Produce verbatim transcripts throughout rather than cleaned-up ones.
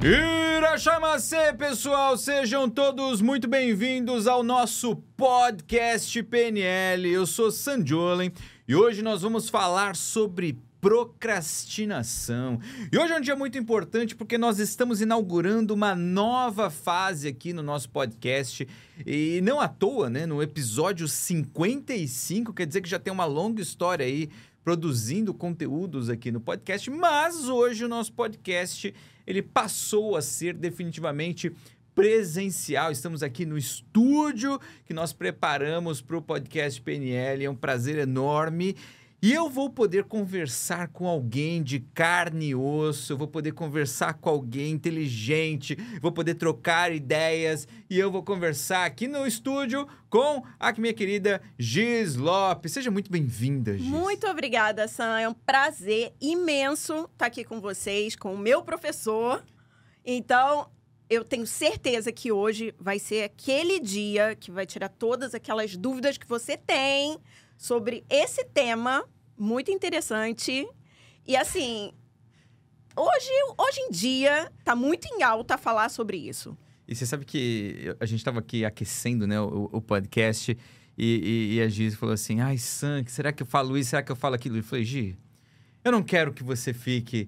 Irachama-se, pessoal! Sejam todos muito bem-vindos ao nosso podcast P N L. Eu sou Sandiolen e hoje nós vamos falar sobre procrastinação. E hoje é um dia muito importante porque nós estamos inaugurando uma nova fase aqui no nosso podcast. E não à toa, né? No episódio cinquenta e cinco, quer dizer que já tem uma longa história aí produzindo conteúdos aqui no podcast, mas hoje o nosso podcast ele passou a ser definitivamente presencial. Estamos aqui no estúdio que nós preparamos para o podcast P N L, é um prazer enorme. E eu vou poder conversar com alguém de carne e osso, eu vou poder conversar com alguém inteligente, vou poder trocar ideias e eu vou conversar aqui no estúdio com a minha querida Giz Lopes. Seja muito bem-vinda, Giz. Muito obrigada, Sam. É um prazer imenso estar aqui com vocês, com o meu professor. Então, eu tenho certeza que hoje vai ser aquele dia que vai tirar todas aquelas dúvidas que você tem sobre esse tema muito interessante. E assim, hoje, hoje em dia, tá muito em alta falar sobre isso. E você sabe que a gente estava aqui aquecendo, né, o, o podcast e, e, e a Giz falou assim, ai, Sam, será que eu falo isso? Será que eu falo aquilo? Eu falei, Gi, eu não quero que você fique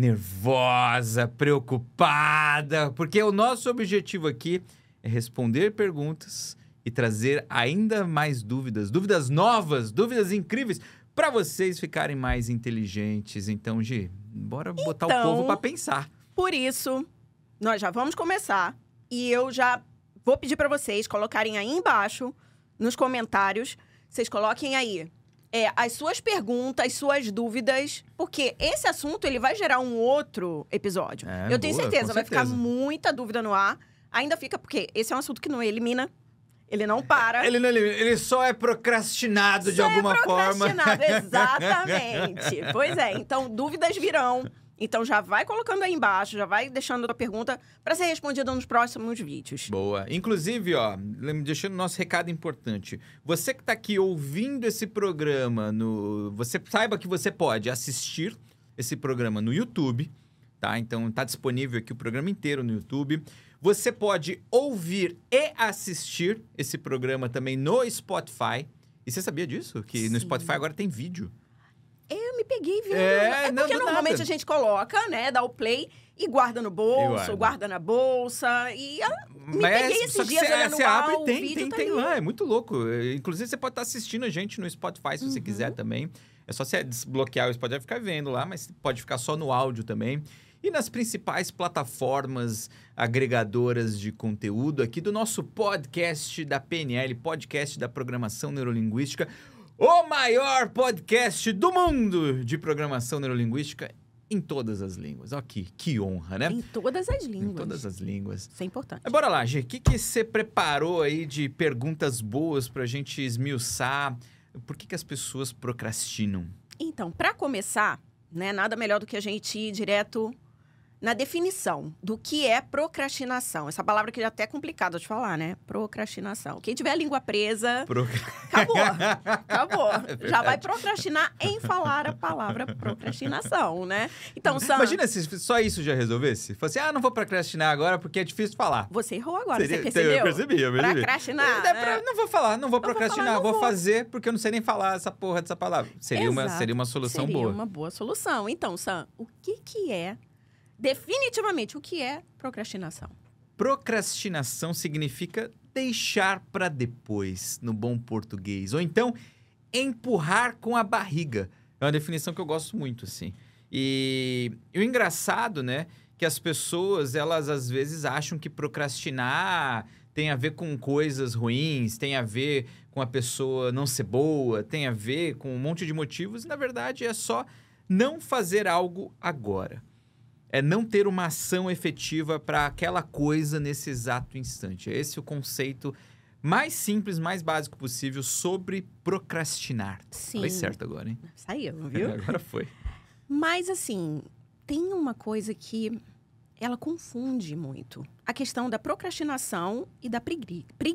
nervosa, preocupada, porque o nosso objetivo aqui é responder perguntas e trazer ainda mais dúvidas, dúvidas novas, dúvidas incríveis, para vocês ficarem mais inteligentes. Então, Gi, bora botar então, o povo para pensar. Por isso, nós já vamos começar e eu já vou pedir para vocês colocarem aí embaixo, nos comentários, vocês coloquem aí é, as suas perguntas, as suas dúvidas, porque esse assunto ele vai gerar um outro episódio. É, eu tenho boa, certeza, vai certeza. Ficar muita dúvida no ar. Ainda fica, porque esse é um assunto que não elimina. Ele não para. Ele não elimina, ele só é procrastinado só de alguma é forma. procrastinado, exatamente. Pois é, então dúvidas virão. Então já vai colocando aí embaixo, já vai deixando a pergunta para ser respondida nos próximos vídeos. Boa. Inclusive, ó, deixando nosso recado importante. Você que tá aqui ouvindo esse programa, no, você saiba que você pode assistir esse programa no YouTube, tá? Então tá disponível aqui o programa inteiro no YouTube. Você pode ouvir e assistir esse programa também no Spotify. E você sabia disso? Que Sim. no Spotify agora tem vídeo. Eu me peguei vendo. É, é não, porque normalmente nada. a gente coloca, né, dá o play e guarda no bolso, guarda na bolsa. E ah, me Mas, peguei esses dias você, olhando você lá, abre o tem, vídeo tem, tá tem ali. lá. É muito louco. Inclusive, você pode estar assistindo a gente no Spotify, se você uhum. quiser também. É só você desbloquear o Spotify e ficar vendo lá, mas pode ficar só no áudio também. E nas principais plataformas agregadoras de conteúdo aqui do nosso podcast da P N L, podcast da Programação Neurolinguística, o maior podcast do mundo de programação neurolinguística em todas as línguas. Olha aqui, que honra, né? Em todas as línguas. Em todas as línguas. Isso é importante. Mas bora lá, Gi, o que, que você preparou aí de perguntas boas pra gente esmiuçar? Por que, que as pessoas procrastinam? Então, para começar, né, nada melhor do que a gente ir direto na definição do que é procrastinação. Essa palavra que já é até complicada de falar, né? Procrastinação. Quem tiver a língua presa, Procra... acabou. Acabou. É já vai procrastinar em falar a palavra procrastinação, né? Então, Sam... Imagina se só isso já resolvesse. Fosse, ah, não vou procrastinar agora porque é difícil falar. Você errou agora, Seria... você percebeu? Eu percebi, eu percebi. Procrastinar, é né? pra... Não vou falar, não vou não procrastinar, vou, falar, vou, vou fazer porque eu não sei nem falar essa porra dessa palavra. Seria, uma, seria uma solução seria boa. Seria uma boa solução. Então, Sam, o que que é... Definitivamente, o que é procrastinação? Procrastinação significa deixar para depois, no bom português. Ou então, empurrar com a barriga. É uma definição que eu gosto muito, assim. E, e o engraçado, né, que as pessoas, elas às vezes acham que procrastinar tem a ver com coisas ruins, tem a ver com a pessoa não ser boa, tem a ver com um monte de motivos. E, na verdade, é só não fazer algo agora. É não ter uma ação efetiva para aquela coisa nesse exato instante. Esse é o conceito mais simples, mais básico possível sobre procrastinar. Sim. Falei certo agora, hein? Saiu, viu? Agora foi. Mas, assim, tem uma coisa que ela confunde muito. A questão da procrastinação e da pregui... Pre...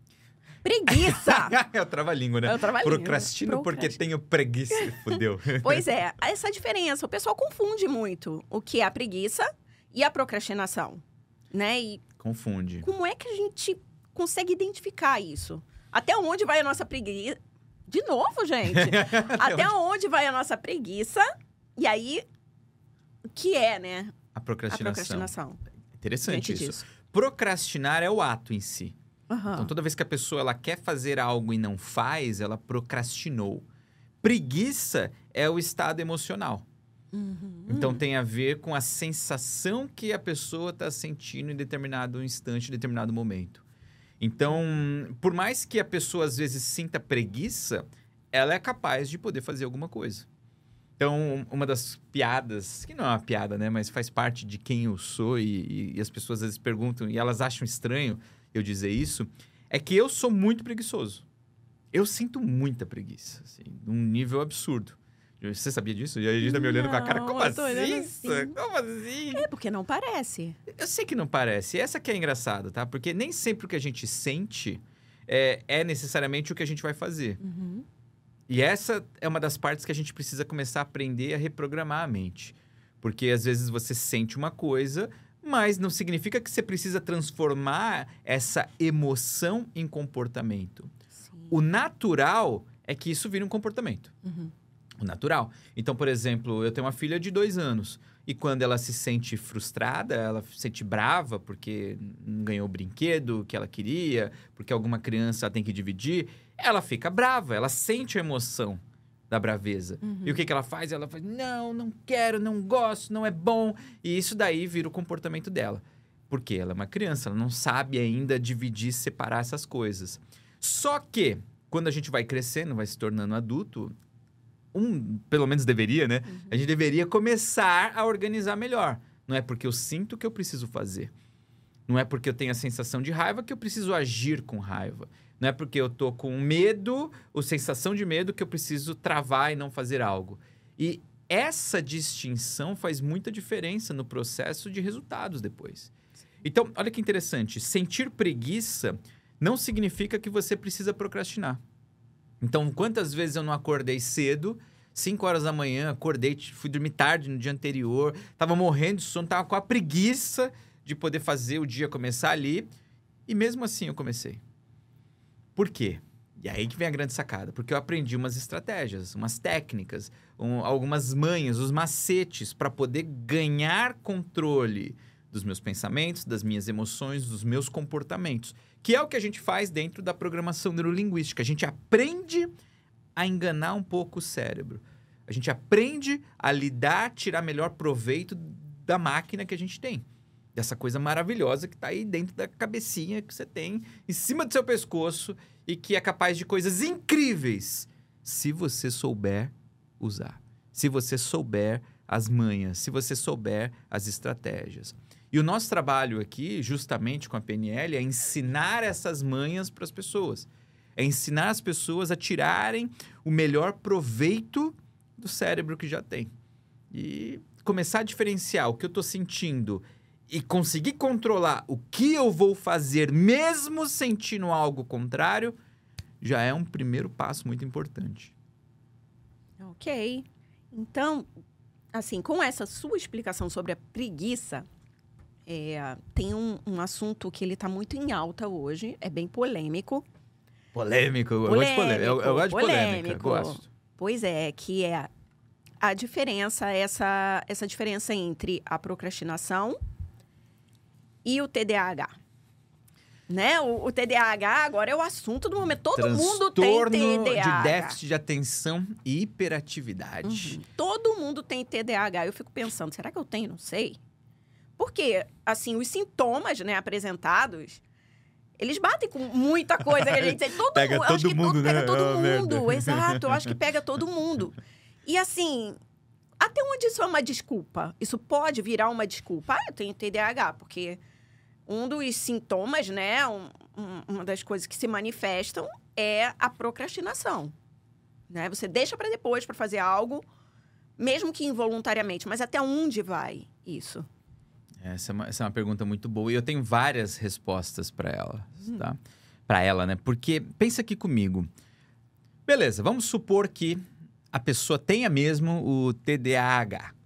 Preguiça! É o trava-língua, né? É o trava-língua. Procrastino porque tenho preguiça. Fudeu. Pois é, essa diferença. O pessoal confunde muito o que é a preguiça E a procrastinação, né? E Confunde. como é que a gente consegue identificar isso? Até onde vai a nossa preguiça? De novo, gente. Até onde vai a nossa preguiça? E aí, o que é, né? A procrastinação. A procrastinação. Interessante Diante isso. disso. Procrastinar é o ato em si. Aham. Então, toda vez que a pessoa ela quer fazer algo e não faz, ela procrastinou. Preguiça é o estado emocional. Uhum. Então, tem a ver com a sensação que a pessoa está sentindo em determinado instante, em determinado momento. Então, por mais que a pessoa, às vezes, sinta preguiça, ela é capaz de poder fazer alguma coisa. Então, uma das piadas, que não é uma piada, né? Mas faz parte de quem eu sou e, e as pessoas, às vezes, perguntam e elas acham estranho eu dizer isso, é que eu sou muito preguiçoso. Eu sinto muita preguiça, assim, num nível absurdo. Você sabia disso? E aí a gente tá me olhando com a cara, Não, como eu tô olhando assim? assim. Como assim? É, porque não parece. Eu sei que não parece. Essa que é engraçado, tá? Porque nem sempre o que a gente sente é, é necessariamente o que a gente vai fazer. Uhum. E essa é uma das partes que a gente precisa começar a aprender a reprogramar a mente. Porque às vezes você sente uma coisa, mas não significa que você precisa transformar essa emoção em comportamento. Sim. O natural é que isso vire um comportamento. Uhum. O natural. Então, por exemplo, eu tenho uma filha de dois anos. E quando ela se sente frustrada, ela se sente brava porque não ganhou o brinquedo que ela queria, porque alguma criança ela tem que dividir, ela fica brava, ela sente a emoção da braveza. Uhum. E o que, que ela faz? Ela faz, não, não quero, não gosto, não é bom. E isso daí vira o comportamento dela. Porque ela é uma criança, ela não sabe ainda dividir, separar essas coisas. Só que, quando a gente vai crescendo, vai se tornando adulto, um, pelo menos deveria, né? Uhum. A gente deveria começar a organizar melhor. Não é porque eu sinto que eu preciso fazer. Não é porque eu tenho a sensação de raiva que eu preciso agir com raiva. Não é porque eu tô com medo, ou sensação de medo, que eu preciso travar e não fazer algo. E essa distinção faz muita diferença no processo de resultados depois. Então, olha que interessante. Sentir preguiça não significa que você precisa procrastinar. Então, quantas vezes eu não acordei cedo, cinco horas da manhã, acordei, fui dormir tarde no dia anterior, tava morrendo de sono, tava com a preguiça de poder fazer o dia começar ali, e mesmo assim eu comecei. Por quê? E aí que vem a grande sacada, porque eu aprendi umas estratégias, umas técnicas, um, algumas manhas, os macetes para poder ganhar controle dos meus pensamentos, das minhas emoções, dos meus comportamentos. Que é o que a gente faz dentro da programação neurolinguística. A gente aprende a enganar um pouco o cérebro. A gente aprende a lidar, tirar melhor proveito da máquina que a gente tem. Dessa coisa maravilhosa que está aí dentro da cabecinha que você tem, em cima do seu pescoço, e que é capaz de coisas incríveis, se você souber usar. Se você souber as manhas, se você souber as estratégias. E o nosso trabalho aqui, justamente com a P N L, é ensinar essas manhas para as pessoas. É ensinar as pessoas a tirarem o melhor proveito do cérebro que já tem. E começar a diferenciar o que eu estou sentindo e conseguir controlar o que eu vou fazer, mesmo sentindo algo contrário, já é um primeiro passo muito importante. Ok. Então, assim, com essa sua explicação sobre a preguiça, é, tem um, um assunto que ele está muito em alta hoje, é bem polêmico. Polêmico, eu polêmico, gosto de polêmica. Eu, eu gosto de polêmica, polêmico. gosto. Pois é, que é a diferença, essa, essa diferença entre a procrastinação e o T D A H. Né? O, o T D A H agora é o assunto do momento. Todo mundo tem T D A H. De déficit de atenção e hiperatividade. Uhum. Todo mundo tem T D A H. Eu fico pensando, será que eu tenho? Não sei. Porque, assim, os sintomas, né, apresentados, eles batem com muita coisa que a gente tem. Todo pega mundo, todo acho que mundo, todo, né? pega todo Oh, mundo. merda. Exato, eu acho que pega todo mundo. E, assim, até onde isso é uma desculpa? Isso pode virar uma desculpa. Ah, eu tenho T D A H, porque um dos sintomas, né, um, um, uma das coisas que se manifestam é a procrastinação. Né? Você deixa para depois para fazer algo, mesmo que involuntariamente. Mas até onde vai isso? Essa é, uma, essa é uma pergunta muito boa e eu tenho várias respostas para ela, hum. tá? Para ela, né? Porque pensa aqui comigo. Beleza, vamos supor que a pessoa tenha mesmo o T D A H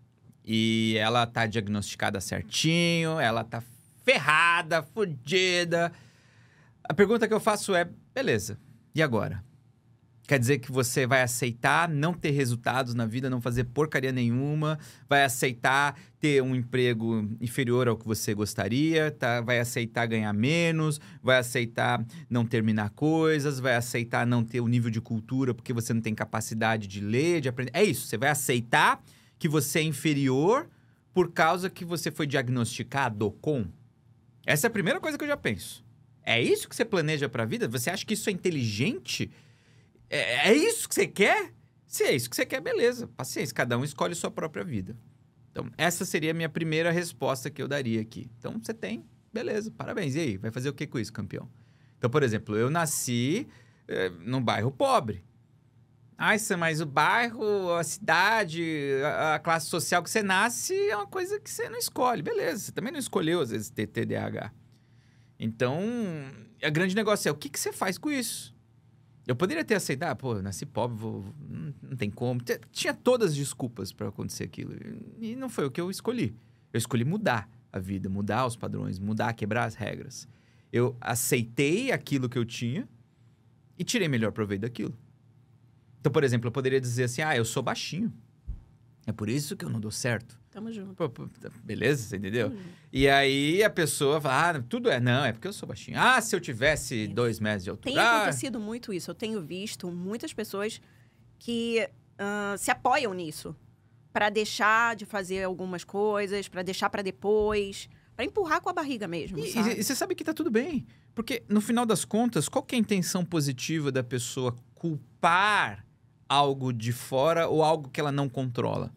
e ela tá diagnosticada certinho, ela tá ferrada, fodida. A pergunta que eu faço é, beleza, e agora? Quer dizer que você vai aceitar não ter resultados na vida, não fazer porcaria nenhuma, vai aceitar ter um emprego inferior ao que você gostaria, tá? Vai aceitar ganhar menos, vai aceitar não terminar coisas, vai aceitar não ter o nível de cultura porque você não tem capacidade de ler, de aprender. É isso, você vai aceitar que você é inferior por causa que você foi diagnosticado com? Essa é a primeira coisa que eu já penso. É isso que você planeja pra vida? Você acha que isso é inteligente? É, é isso que você quer? Se é isso que você quer, beleza. Paciência, cada um escolhe sua própria vida. Então, essa seria a minha primeira resposta que eu daria aqui. Então, você tem, beleza, parabéns. E aí, vai fazer o que com isso, campeão? Então, por exemplo, eu nasci é, num bairro pobre. Ah, mas o bairro, a cidade, a, a classe social que você nasce é uma coisa que você não escolhe. Beleza, você também não escolheu, às vezes, ter T D A H. Então, o grande negócio é o que, que você faz com isso? Eu poderia ter aceitado, ah, pô, eu nasci pobre, vou, não, não tem como. Tinha todas as desculpas para acontecer aquilo. E não foi o que eu escolhi. Eu escolhi mudar a vida, mudar os padrões, mudar, quebrar as regras. Eu aceitei aquilo que eu tinha e tirei melhor proveito daquilo. Então, por exemplo, eu poderia dizer assim, ah, eu sou baixinho. É por isso que eu não dou certo. Tamo junto. Pô, pô, beleza, você entendeu? Uhum. E aí a pessoa fala, ah, tudo é... Não, é porque eu sou baixinho. Ah, se eu tivesse isso. dois metros de altura... Tem acontecido muito isso. Eu tenho visto muitas pessoas que uh, se apoiam nisso. Para deixar de fazer algumas coisas, para deixar para depois... Para empurrar com a barriga mesmo, e, sabe? E, e você sabe que tá tudo bem. Porque, no final das contas, qual que é a intenção positiva da pessoa culpar algo de fora ou algo que ela não controla?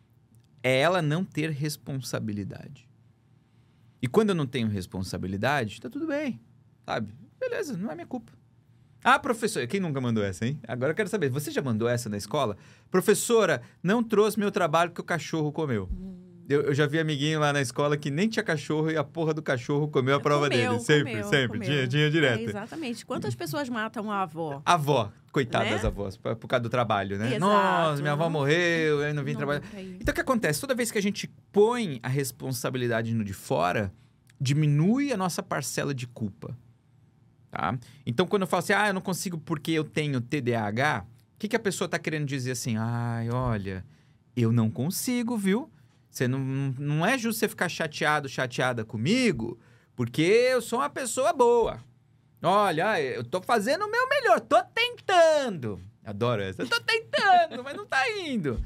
É ela não ter responsabilidade. E quando eu não tenho responsabilidade, tá tudo bem, sabe? Beleza, não é minha culpa. Ah, professor, quem nunca mandou essa, hein? Agora eu quero saber, você já mandou essa na escola? Professora, não trouxe meu trabalho porque o cachorro comeu. Hum. Eu, eu já vi amiguinho lá na escola que nem tinha cachorro e a porra do cachorro comeu a prova comeu, dele. Sempre, comeu, sempre. Comeu. Tinha, tinha direto. É, exatamente. Quantas pessoas matam a avó? A avó. Coitada né? das avós, por, por causa do trabalho, né? Exato. Nossa, minha avó morreu, eu não vim não trabalhar. Então, o que acontece? Toda vez que a gente põe a responsabilidade no de fora, diminui a nossa parcela de culpa, tá? Então, quando eu falo assim, ah, eu não consigo porque eu tenho T D A H, o que, que a pessoa tá querendo dizer assim? Ai, olha, eu não consigo, viu? Você não, não é justo você ficar chateado, chateada comigo, porque eu sou uma pessoa boa. Olha, eu tô fazendo o meu melhor, tô tentando. Adoro essa. Eu tô tentando, mas não tá indo.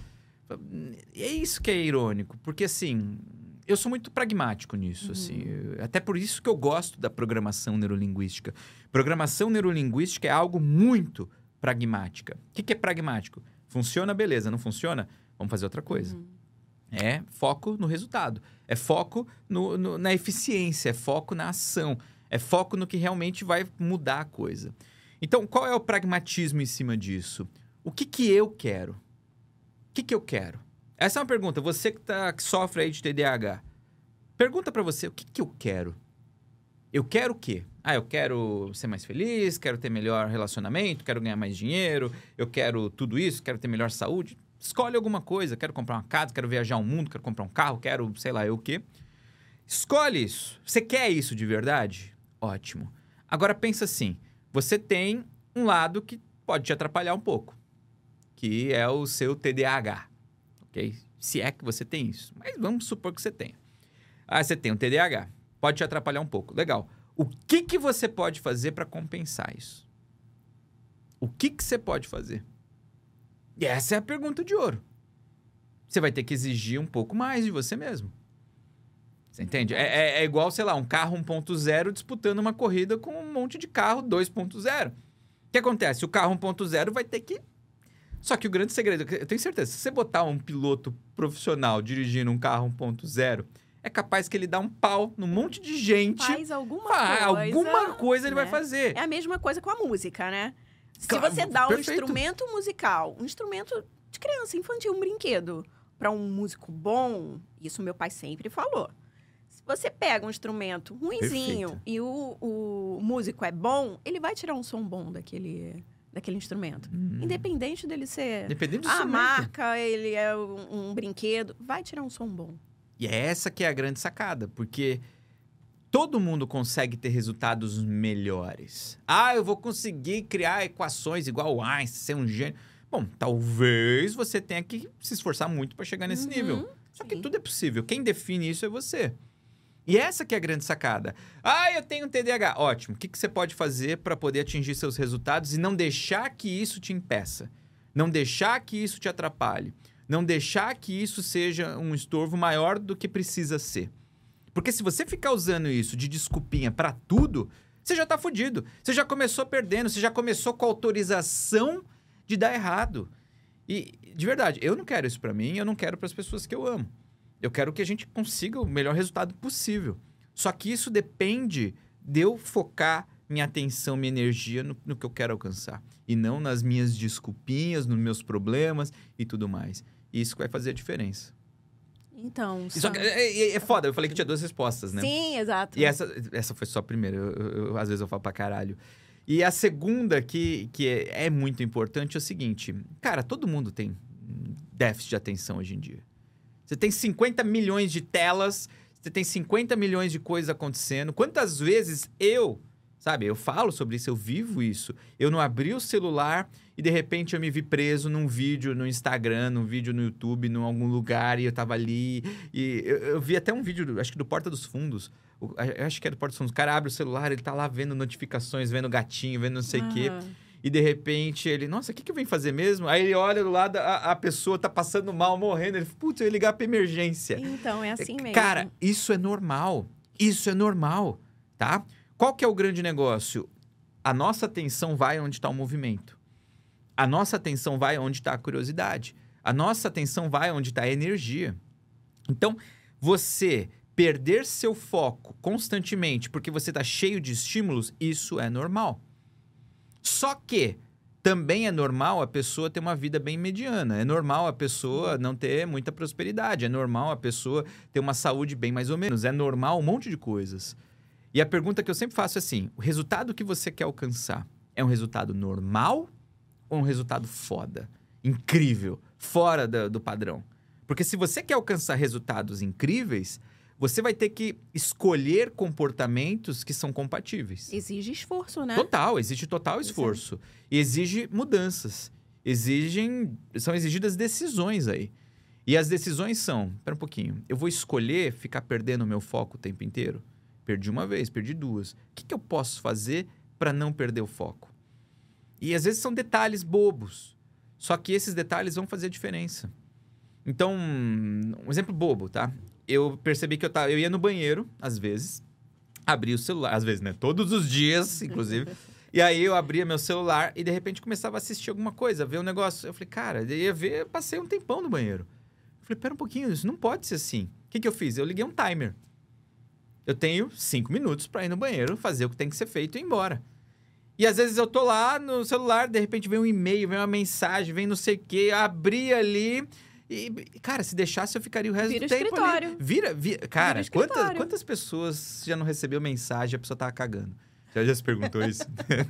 E é isso que é irônico, porque assim, eu sou muito pragmático nisso, uhum. assim. Até por isso que eu gosto da programação neurolinguística. Programação neurolinguística é algo muito pragmática. O que, que é pragmático? Funciona, beleza. Não funciona? Vamos fazer outra coisa. Uhum. É foco no resultado. É foco no, no, na eficiência. É foco na ação. É foco no que realmente vai mudar a coisa. Então, qual é o pragmatismo em cima disso? O que, que eu quero? O que, que eu quero? Essa é uma pergunta. Você que, tá, que sofre aí de T D A H. Pergunta pra você, o que, que eu quero? Eu quero o quê? Ah, eu quero ser mais feliz, quero ter melhor relacionamento, quero ganhar mais dinheiro, eu quero tudo isso, quero ter melhor saúde. Escolhe alguma coisa. Quero comprar uma casa, quero viajar o mundo, quero comprar um carro, quero sei lá eu o quê. Escolhe isso. Você quer isso de verdade? Ótimo. Agora pensa assim, você tem um lado que pode te atrapalhar um pouco, que é o seu T D A H, ok? Se é que você tem isso, mas vamos supor que você tenha. Ah, você tem um T D A H, pode te atrapalhar um pouco, legal. O que, que você pode fazer para compensar isso? O que, que você pode fazer? E essa é a pergunta de ouro. Você vai ter que exigir um pouco mais de você mesmo. Você entende? É, é, é igual, sei lá, um carro um ponto zero disputando uma corrida com um monte de carro dois ponto zero. O que acontece? O carro um ponto zero vai ter que... Só que o grande segredo, eu tenho certeza, se você botar um piloto profissional dirigindo um carro um ponto zero, é capaz que ele dá um pau num monte de gente. Faz alguma faz, coisa. Alguma coisa ele né? vai fazer. É a mesma coisa com a música, né? Se Claro, você dá um perfeito. instrumento musical, um instrumento de criança, infantil, um brinquedo, para um músico bom, isso meu pai sempre falou. Se você pega um instrumento ruinzinho Perfeito. e o, o músico é bom, ele vai tirar um som bom daquele, daquele instrumento. Hum. Independente dele ser Independente do a instrumento. marca, ele é um, um brinquedo, vai tirar um som bom. E é essa que é a grande sacada, porque todo mundo consegue ter resultados melhores. Ah, eu vou conseguir criar equações igual o Einstein, ser um gênio. Bom, talvez você tenha que se esforçar muito para chegar nesse Uhum, nível. Só que sim. tudo é possível. Quem define isso é você. E essa que é a grande sacada. Ah, eu tenho T D A H. Ótimo. O que, que você pode fazer para poder atingir seus resultados e não deixar que isso te impeça? Não deixar que isso te atrapalhe? Não deixar que isso seja um estorvo maior do que precisa ser? Porque se você ficar usando isso de desculpinha para tudo, você já tá fudido. Você já começou perdendo, você já começou com a autorização de dar errado. E, de verdade, eu não quero isso para mim, eu não quero para as pessoas que eu amo. Eu quero que a gente consiga o melhor resultado possível. Só que isso depende de eu focar minha atenção, minha energia no, no que eu quero alcançar. E não nas minhas desculpinhas, nos meus problemas e tudo mais. Isso que vai fazer a diferença. Então, E Só só... que é, é, é foda, eu falei que tinha duas respostas, né? Sim, exato. E essa, essa foi só a primeira. Eu, eu, eu, às vezes eu falo pra caralho. E a segunda, que, que é, é muito importante, é o seguinte. Cara, todo mundo tem déficit de atenção hoje em dia. Você tem cinquenta milhões de telas, você tem cinquenta milhões de coisas acontecendo. Quantas vezes eu, sabe, eu falo sobre isso, eu vivo isso. Eu não abri o celular e, de repente, eu me vi preso num vídeo no Instagram, num vídeo no YouTube, em algum lugar, e eu tava ali. E eu, eu vi até um vídeo, acho que do Porta dos Fundos. O, eu acho que é do Porta dos Fundos. O cara abre o celular, ele tá lá vendo notificações, vendo gatinho, vendo não sei o Aham. quê. E, de repente, ele... Nossa, o que, que eu vim fazer mesmo? Aí ele olha do lado, a, a pessoa tá passando mal, morrendo. Ele fala, putz, eu ia ligar pra emergência. Então, é assim mesmo. Cara, isso é normal. Isso é normal, tá? Qual que é o grande negócio? A nossa atenção vai onde está o movimento. A nossa atenção vai onde está a curiosidade. A nossa atenção vai onde está a energia. Então, você perder seu foco constantemente porque você está cheio de estímulos, isso é normal. Só que também é normal a pessoa ter uma vida bem mediana. É normal a pessoa não ter muita prosperidade. É normal a pessoa ter uma saúde bem mais ou menos. É normal um monte de coisas. E a pergunta que eu sempre faço é assim: o resultado que você quer alcançar é um resultado normal ou um resultado foda? Incrível, fora do, do padrão? Porque se você quer alcançar resultados incríveis, você vai ter que escolher comportamentos que são compatíveis. Exige esforço, né? Total, exige total esforço. E exige mudanças. Exigem, são exigidas decisões aí. E as decisões são, espera um pouquinho, eu vou escolher ficar perdendo o meu foco o tempo inteiro? Perdi uma vez, perdi duas. O que, que eu posso fazer para não perder o foco? E às vezes são detalhes bobos. Só que esses detalhes vão fazer a diferença. Então, um exemplo bobo, tá? Eu percebi que eu, tava, eu ia no banheiro, às vezes, abria o celular, às vezes, né? Todos os dias, inclusive. E aí eu abria meu celular e, de repente, começava a assistir alguma coisa, ver um negócio. Eu falei, cara, eu ia ver, eu passei um tempão no banheiro. Eu falei, pera um pouquinho, isso não pode ser assim. O que, que eu fiz? Eu liguei um timer. Eu tenho cinco minutos para ir no banheiro, fazer o que tem que ser feito e ir embora. E às vezes eu tô lá no celular, de repente vem um e-mail, vem uma mensagem, vem não sei o quê, abri ali... E, cara, se deixasse, eu ficaria o resto Vira do tempo escritório. ali. Vira, vira. Cara, Vira quantas, escritório. quantas pessoas já não recebeu mensagem e a pessoa tava cagando? Já, já se perguntou isso?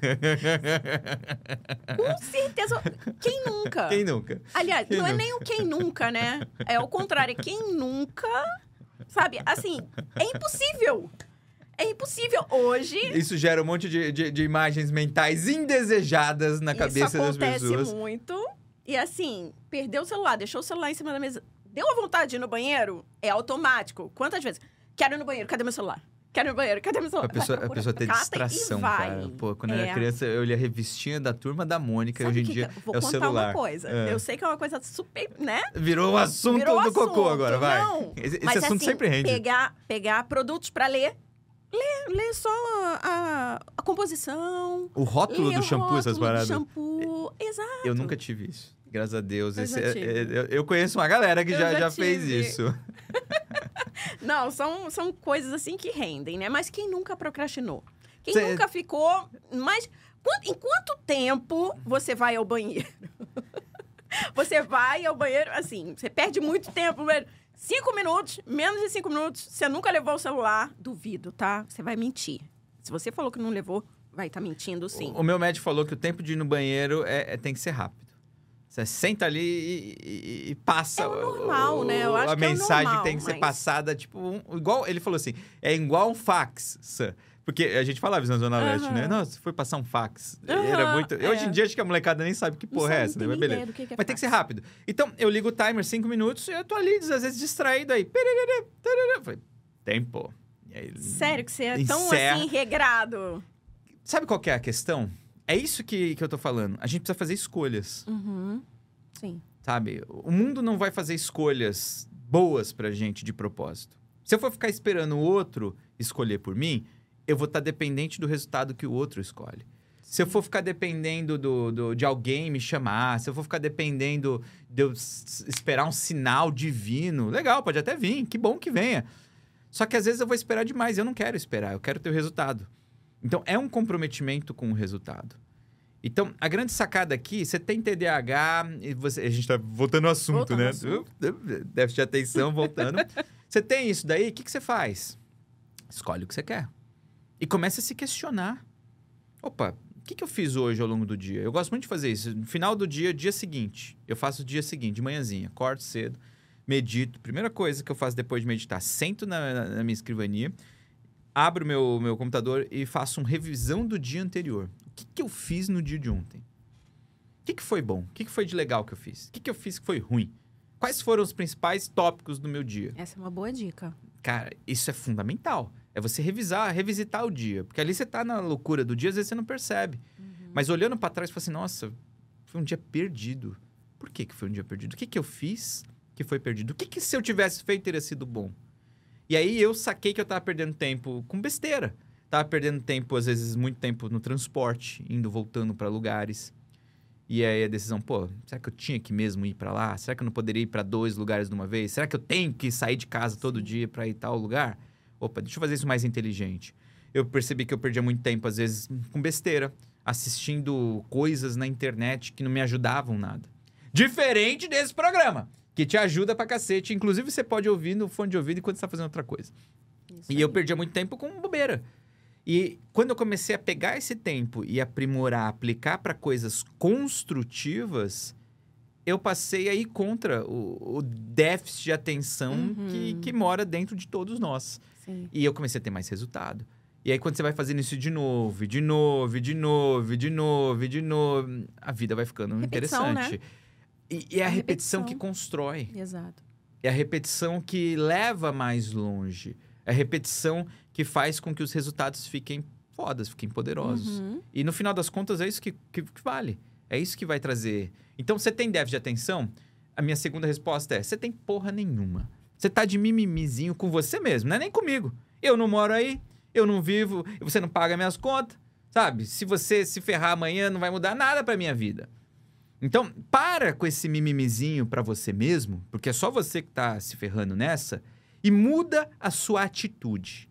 Com certeza. Quem nunca? Quem nunca? Aliás, Quem não é nunca? nem o quem nunca, né? É o contrário. Quem nunca... Sabe? Assim, é impossível. É impossível. Hoje... Isso gera um monte de, de, de imagens mentais indesejadas na cabeça das Isso acontece pessoas. muito. E assim, perdeu o celular, deixou o celular em cima da mesa. Deu a vontade de ir no banheiro? É automático. Quantas vezes? Quero ir no banheiro, cadê meu celular? Quero ir no banheiro, cadê meu celular? A pessoa, Vai, a procura, pessoa ter cata distração, e vai. cara. Pô, quando eu É. era criança, eu lia a revistinha da Turma da Mônica. Sabe Hoje em que dia que- Vou é o contar celular. uma coisa. É. Eu sei que é uma coisa super, né? Virou o assunto Virou do cocô assunto, agora, vai. Não. Esse, esse Mas, assunto assim, sempre rende. Pegar, pegar produtos pra ler. Ler, ler só a, a composição. O rótulo ler do o shampoo, essas rótulo do paradas. shampoo. Exato. Eu nunca tive isso. Graças a Deus. Eu Esse já é- tive. é- eu, eu conheço uma galera que Eu já, já já fez tive. isso. Não, são, são coisas assim que rendem, né? Mas quem nunca procrastinou? Quem Cê- nunca ficou... Mas quant- em quanto tempo você vai ao banheiro? Você vai ao banheiro, assim, você perde muito tempo no banheiro. Cinco minutos, menos de cinco minutos, você nunca levou o celular. Duvido, tá? Você vai mentir. Se você falou que não levou, vai estar tá mentindo sim. O, o meu médico falou que o tempo de ir no banheiro é, é, tem que ser rápido. Você senta ali e, e, e passa. É o normal, o, né? Eu acho a que é o mensagem normal, tem que ser mas... passada, tipo, um, igual ele falou assim, é igual um fax, Sam. Porque a gente falava isso na Zona Leste, Uhum. né? Nossa, foi passar um fax. Uhum, Era muito. é. Hoje em dia, acho que a molecada nem sabe que porra é essa, né? Mas beleza. Que que é Mas tem que ser rápido. Então, eu ligo o timer cinco minutos e eu tô ali, às vezes, distraído aí. Falei, tempo. E aí, sério que você é tão encerra. assim, regrado? Sabe qual que é a questão? É isso que, que eu tô falando. A gente precisa fazer escolhas. Uhum. Sim. Sabe? O mundo não vai fazer escolhas boas pra gente de propósito. Se eu for ficar esperando o outro escolher por mim, eu vou estar dependente do resultado que o outro escolhe. Sim. Se eu for ficar dependendo do, do, de alguém me chamar, se eu for ficar dependendo de eu esperar um sinal divino, legal, pode até vir, que bom que venha. Só que às vezes eu vou esperar demais, eu não quero esperar, eu quero ter o resultado. Então, é um comprometimento com o resultado. Então, a grande sacada aqui, você tem T D A H, e você, a gente tá voltando ao assunto, voltando né? ao assunto. Déficit de atenção, voltando. Você tem isso daí, o que, que você faz? Escolhe o que você quer. E começa a se questionar. Opa, o que, que eu fiz hoje ao longo do dia? Eu gosto muito de fazer isso. No final do dia, dia seguinte. Eu faço o dia seguinte, de manhãzinha. Acordo cedo, medito. Primeira coisa que eu faço depois de meditar, sento na, na, na minha escrivania, abro meu, meu computador e faço uma revisão do dia anterior. O que, que eu fiz no dia de ontem? O que, que foi bom? O que, que foi de legal que eu fiz? O que, que eu fiz que foi ruim? Quais foram os principais tópicos do meu dia? Essa é uma boa dica. Cara, isso é fundamental. É você revisar, revisitar o dia. Porque ali você tá na loucura do dia, às vezes você não percebe. Uhum. Mas olhando para trás, você fala assim, nossa, foi um dia perdido. Por que, que foi um dia perdido? O que, que eu fiz que foi perdido? O que, que se eu tivesse feito teria sido bom? E aí eu saquei que eu tava perdendo tempo com besteira. Tava perdendo tempo, às vezes, muito tempo no transporte, indo, voltando para lugares. E aí a decisão, pô, será que eu tinha que mesmo ir para lá? Será que eu não poderia ir para dois lugares de uma vez? Será que eu tenho que sair de casa todo dia para ir tal lugar? Opa, deixa eu fazer isso mais inteligente. Eu percebi que eu perdia muito tempo, às vezes, com besteira, assistindo coisas na internet que não me ajudavam nada. Diferente desse programa, que te ajuda pra cacete. Inclusive, você pode ouvir no fone de ouvido enquanto você tá fazendo outra coisa. Isso e aí. Eu perdia muito tempo com bobeira. E quando eu comecei a pegar esse tempo e aprimorar, aplicar para coisas construtivas, eu passei a ir contra o, o déficit de atenção uhum. que, que mora dentro de todos nós. Sim. E eu comecei a ter mais resultado. E aí, quando você vai fazendo isso de novo, de novo, de novo, de novo, de novo, a vida vai ficando repetição, interessante. Né? E, e é a, a repetição, repetição que constrói. Exato. É a repetição que leva mais longe. É a repetição que faz com que os resultados fiquem fodas, fiquem poderosos. Uhum. E no final das contas, é isso que, que, que vale. É isso que vai trazer. Então, você tem déficit de atenção? A minha segunda resposta é, você tem porra nenhuma. Você tá de mimimizinho com você mesmo, não é nem comigo. Eu não moro aí, eu não vivo, você não paga minhas contas, sabe? Se você se ferrar amanhã, não vai mudar nada pra minha vida. Então, para com esse mimimizinho pra você mesmo, porque é só você que tá se ferrando nessa, e muda a sua atitude.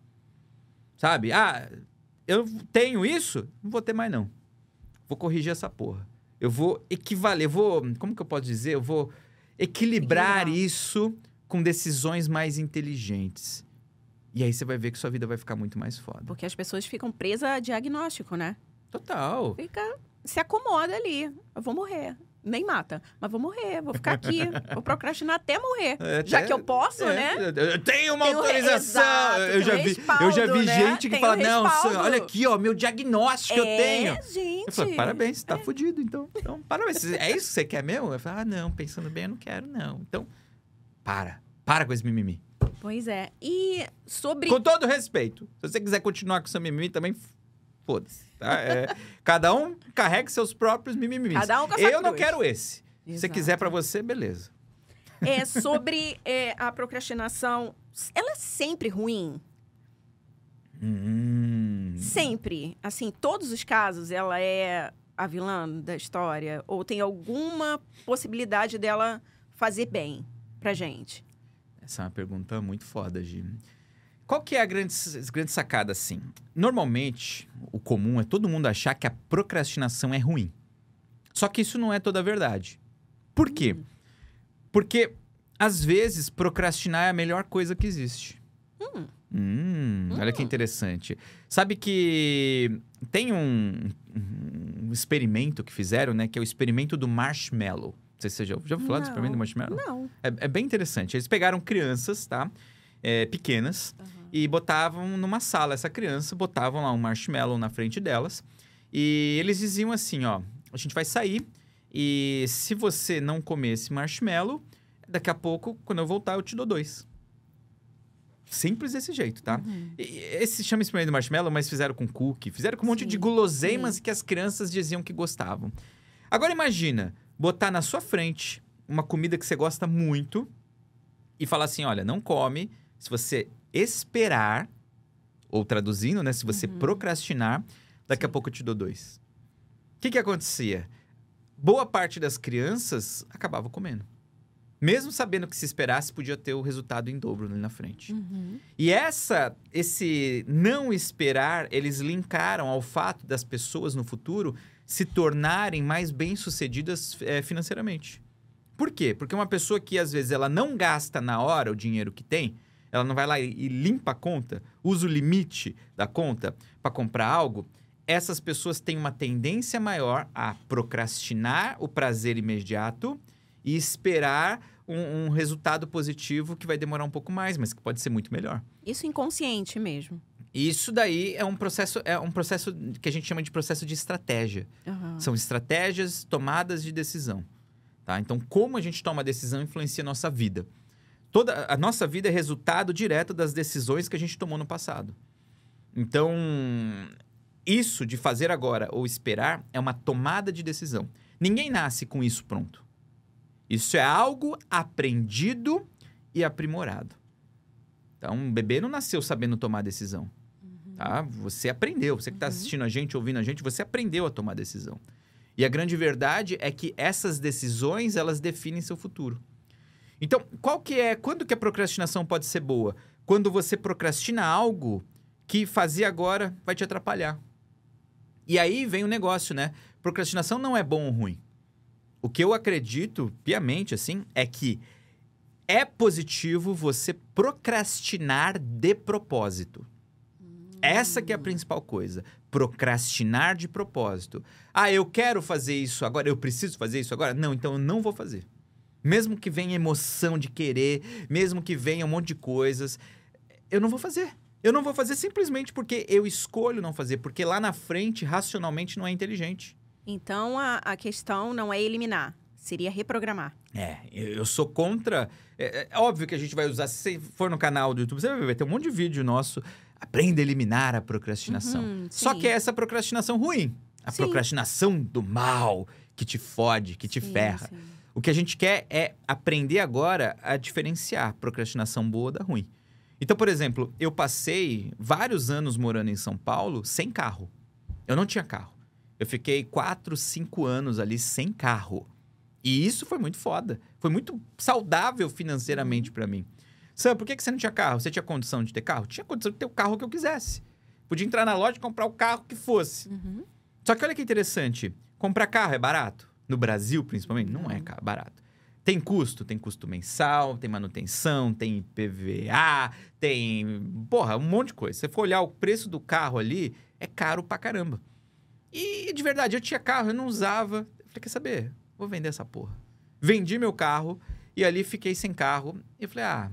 Sabe? Ah, eu tenho isso? Não vou ter mais, não. Vou corrigir essa porra. Eu vou equivaler, eu vou... Como que eu posso dizer? Eu vou equilibrar Equilibrar. isso com decisões mais inteligentes. E aí você vai ver que sua vida vai ficar muito mais foda. Porque as pessoas ficam presas a diagnóstico, né? Total. Fica... Se acomoda ali. Eu vou morrer. Nem mata, mas vou morrer, vou ficar aqui, vou procrastinar até morrer. É, já até, que eu posso, é, né? Eu tenho uma tenho autorização. Exato, eu, já vi, respaldo, eu já vi né? gente que tenho fala, não, Sam, olha aqui, ó, meu diagnóstico é, que eu tenho. Gente. Eu falo, parabéns, você tá é. fudido, então. Então, parabéns. É isso que você quer mesmo? Eu falo, ah, não, pensando bem, eu não quero, não. Então, para. Para com esse mimimi. Pois é. E sobre... Com todo respeito. Se você quiser continuar com seu mimimi, também... Foda-se. Tá? É, cada um carrega seus próprios mimimis. Cada um com a Eu não cruz. quero esse. Exato. Se você quiser pra você, beleza. É, sobre é, a procrastinação, ela é sempre ruim? Hum. Sempre. Assim, todos os casos, ela é a vilã da história? Ou tem alguma possibilidade dela fazer bem pra gente? Essa é uma pergunta muito foda, Gi. Qual que é a grande, grande sacada, assim? Normalmente, o comum é todo mundo achar que a procrastinação é ruim. Só que isso não é toda a verdade. Por quê? Hum. Porque, às vezes, procrastinar é a melhor coisa que existe. Hum. Hum, olha que Hum. interessante. Sabe que tem um, um experimento que fizeram, né? Que é o experimento do marshmallow. Não sei se você já, já ouviu falar do Não. experimento do marshmallow? Não. É, é bem interessante. Eles pegaram crianças, tá? É, pequenas, Uhum. e botavam numa sala essa criança, botavam lá um marshmallow na frente delas. E eles diziam assim, ó, a gente vai sair e se você não comer esse marshmallow, daqui a pouco, quando eu voltar, eu te dou dois. Simples desse jeito, tá? Uhum. E esse chama experimento do marshmallow, mas fizeram com cookie, fizeram com um monte Sim, de guloseimas sim. que as crianças diziam que gostavam. Agora imagina, botar na sua frente uma comida que você gosta muito e falar assim, olha, não come, se você esperar, ou traduzindo, né? Se você Uhum. procrastinar, daqui a Sim. pouco eu te dou dois. O que que acontecia? Boa parte das crianças acabava comendo. Mesmo sabendo que se esperasse, podia ter o resultado em dobro ali na frente. Uhum. E essa, esse não esperar, eles linkaram ao fato das pessoas no futuro se tornarem mais bem-sucedidas é, financeiramente. Por quê? Porque uma pessoa que, às vezes, ela não gasta na hora o dinheiro que tem, ela não vai lá e, e limpa a conta, usa o limite da conta para comprar algo, essas pessoas têm uma tendência maior a procrastinar o prazer imediato e esperar um, um resultado positivo que vai demorar um pouco mais, mas que pode ser muito melhor. Isso inconsciente mesmo. Isso daí é um processo, é um processo que a gente chama de processo de estratégia. Uhum. São estratégias tomadas de decisão. Tá? Então, como a gente toma a decisão influencia a nossa vida. Toda a nossa vida é resultado direto das decisões que a gente tomou no passado. Então, isso de fazer agora ou esperar é uma tomada de decisão. Ninguém nasce com isso pronto. Isso é algo aprendido e aprimorado. Então, um bebê não nasceu sabendo tomar decisão. Uhum. Tá? Você aprendeu. Você que está Uhum. assistindo a gente, ouvindo a gente, você aprendeu a tomar decisão. E a grande verdade é que essas decisões, elas definem seu futuro. Então, qual que é, quando que a procrastinação pode ser boa? Quando você procrastina algo que fazer agora vai te atrapalhar. E aí vem o negócio, né? Procrastinação não é bom ou ruim. O que eu acredito, piamente, assim, é que é positivo você procrastinar de propósito. Essa que é a principal coisa. Procrastinar de propósito. Ah, eu quero fazer isso agora, eu preciso fazer isso agora? Não, então eu não vou fazer. Mesmo que venha emoção de querer, mesmo que venha um monte de coisas, eu não vou fazer. Eu não vou fazer simplesmente porque eu escolho não fazer, porque lá na frente, racionalmente, não é inteligente. Então, a, a questão não é eliminar, seria reprogramar. É, eu eu sou contra... É, é óbvio que a gente vai usar, se você for no canal do YouTube, você vai ver, vai ter um monte de vídeo nosso, aprenda a eliminar a procrastinação. Uhum, Só sim. que é essa procrastinação ruim, a Sim. procrastinação do mal, que te fode, que te Sim, ferra. sim. O que a gente quer é aprender agora a diferenciar procrastinação boa da ruim. Então, por exemplo, eu passei vários anos morando em São Paulo sem carro. Eu não tinha carro. Eu fiquei quatro, cinco anos ali sem carro. E isso foi muito foda. Foi muito saudável financeiramente pra mim. Sam, por que que você não tinha carro? Você tinha condição de ter carro? Tinha condição de ter o carro que eu quisesse. Podia entrar na loja e comprar o carro que fosse. Uhum. Só que olha que interessante. Comprar carro é barato? No Brasil, principalmente, não é ca- barato. Tem custo? Tem custo mensal, tem manutenção, tem I P V A, tem... Porra, um monte de coisa. Se você for olhar o preço do carro ali, é caro pra caramba. E, de verdade, eu tinha carro, eu não usava. Eu falei, quer saber? Vou vender essa porra. Vendi meu carro e ali fiquei sem carro. E eu falei, ah,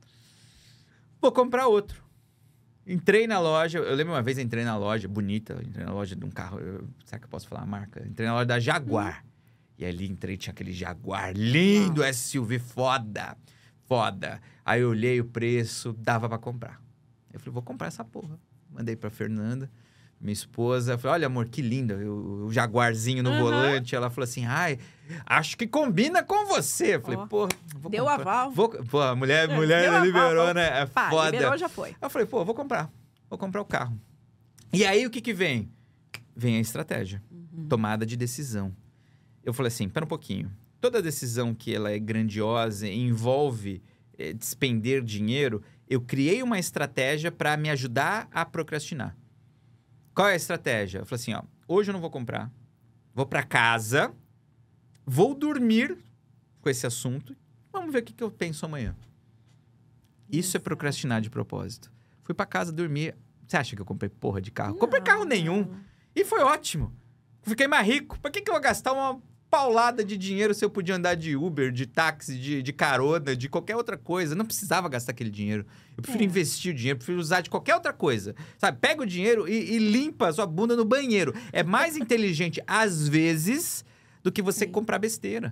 vou comprar outro. Entrei na loja, eu lembro uma vez, entrei na loja, bonita, entrei na loja de um carro, eu, será que eu posso falar a marca? Entrei na loja da Jaguar. Hum. E ali entrei, tinha aquele Jaguar lindo, ah. S U V foda, foda. Aí eu olhei o preço, dava pra comprar. Eu falei, vou comprar essa porra. Mandei pra Fernanda, minha esposa, falei, olha amor, que lindo, o, o Jaguarzinho no uhum. volante. Ela falou assim, ai, acho que combina com você. Eu falei, oh. porra, vou Deu comprar. aval. Vou, pô, a mulher, mulher Deu liberou, aval. né? É Pá, foda. Liberou, já foi. Eu falei, pô, vou comprar. Vou comprar o carro. E aí, o que que vem? Vem a estratégia. Uhum. Tomada de decisão. Eu falei assim, pera um pouquinho. Toda decisão que ela é grandiosa e envolve é, despender dinheiro, eu criei uma estratégia para me ajudar a procrastinar. Qual é a estratégia? Eu falei assim, ó, hoje eu não vou comprar. Vou para casa, vou dormir com esse assunto. Vamos ver o que, que eu penso amanhã. Isso é procrastinar de propósito. Fui pra casa dormir. Você acha que eu comprei porra de carro? Não. Comprei carro nenhum. E foi ótimo. Fiquei mais rico. Pra que, que eu vou gastar uma paulada de dinheiro se eu podia andar de Uber, de táxi, de, de carona, de qualquer outra coisa? Não precisava gastar aquele dinheiro. Eu prefiro é. investir o dinheiro, prefiro usar de qualquer outra coisa. Sabe? Pega o dinheiro e, e limpa a sua bunda no banheiro. É mais inteligente, às vezes, do que você Sim. comprar besteira.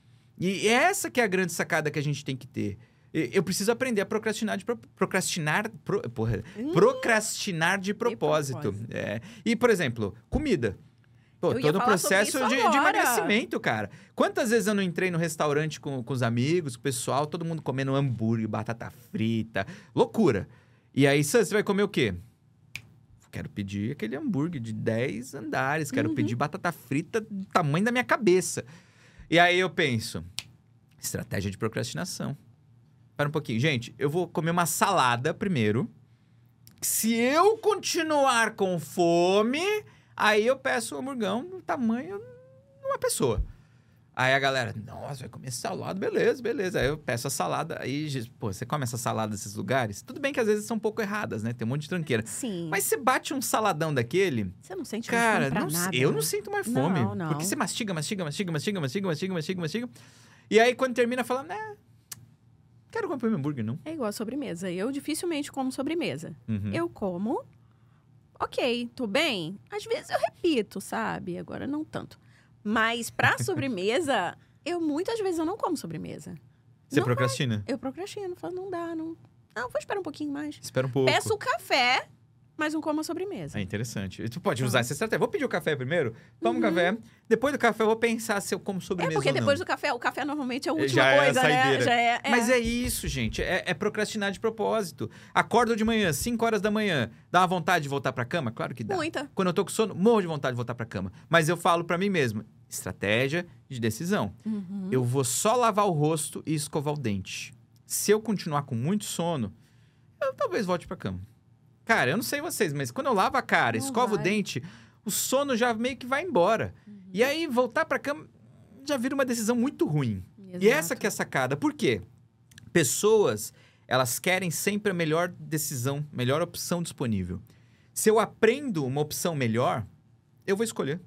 E essa que é a grande sacada que a gente tem que ter. Eu preciso aprender a procrastinar de pro, procrastinar, pro, porra, hum, procrastinar de propósito. propósito. É. E, por exemplo, comida. Pô, todo o processo de, de emagrecimento, cara. Quantas vezes eu não entrei no restaurante com, com os amigos, com o pessoal, todo mundo comendo hambúrguer, batata frita, loucura. E aí, você vai comer o quê? Quero pedir aquele hambúrguer de dez andares, quero uhum. pedir batata frita do tamanho da minha cabeça. E aí eu penso, estratégia de procrastinação. Para um pouquinho. Gente, eu vou comer uma salada primeiro. Se eu continuar com fome, aí eu peço um hamburgão do tamanho de uma pessoa. Aí a galera, nossa, vai comer salada, beleza, beleza. Aí eu peço a salada, aí, pô, você come essa salada nesses lugares? Tudo bem que às vezes são um pouco erradas, né? Tem um monte de tranqueira. Sim. Mas você bate um saladão daquele... Você não sente cara, mais fome pra não, nada. eu não sinto mais fome. Não, não. Porque você mastiga, mastiga, mastiga, mastiga, mastiga, mastiga, mastiga, mastiga. E aí, quando termina, fala, né... Quero comer meu hambúrguer, não? É igual a sobremesa. Eu dificilmente como sobremesa. Uhum. Eu como, ok, tô bem. Às vezes eu repito, sabe? Agora não tanto. Mas pra sobremesa, eu muitas vezes eu não como sobremesa. Você não procrastina? Vai. Eu procrastino. Falo, não dá, não... Não, vou esperar um pouquinho mais. Espera um pouco. Peço o café, mas não como a sobremesa. É interessante. E tu pode usar essa estratégia. Vou pedir o café primeiro, tomo uhum. um café. Depois do café eu vou pensar se eu como sobremesa ou não. É porque depois do café, o café normalmente é a última Já coisa, é a né? Já é, é. Mas é isso, gente. É, é procrastinar de propósito. Acordo de manhã, cinco horas da manhã. Dá uma vontade de voltar pra cama? Claro que dá. Muita. Quando eu tô com sono, morro de vontade de voltar pra cama. Mas eu falo pra mim mesmo, estratégia de decisão. Uhum. Eu vou só lavar o rosto e escovar o dente. Se eu continuar com muito sono, eu talvez volte pra cama. Cara, eu não sei vocês, mas quando eu lavo a cara, não escovo vai. o dente, o sono já meio que vai embora. Uhum. E aí, voltar pra cama já vira uma decisão muito ruim. Exato. E essa que é a sacada. Por quê? Pessoas, elas querem sempre a melhor decisão, melhor opção disponível. Se eu aprendo uma opção melhor, eu vou escolher.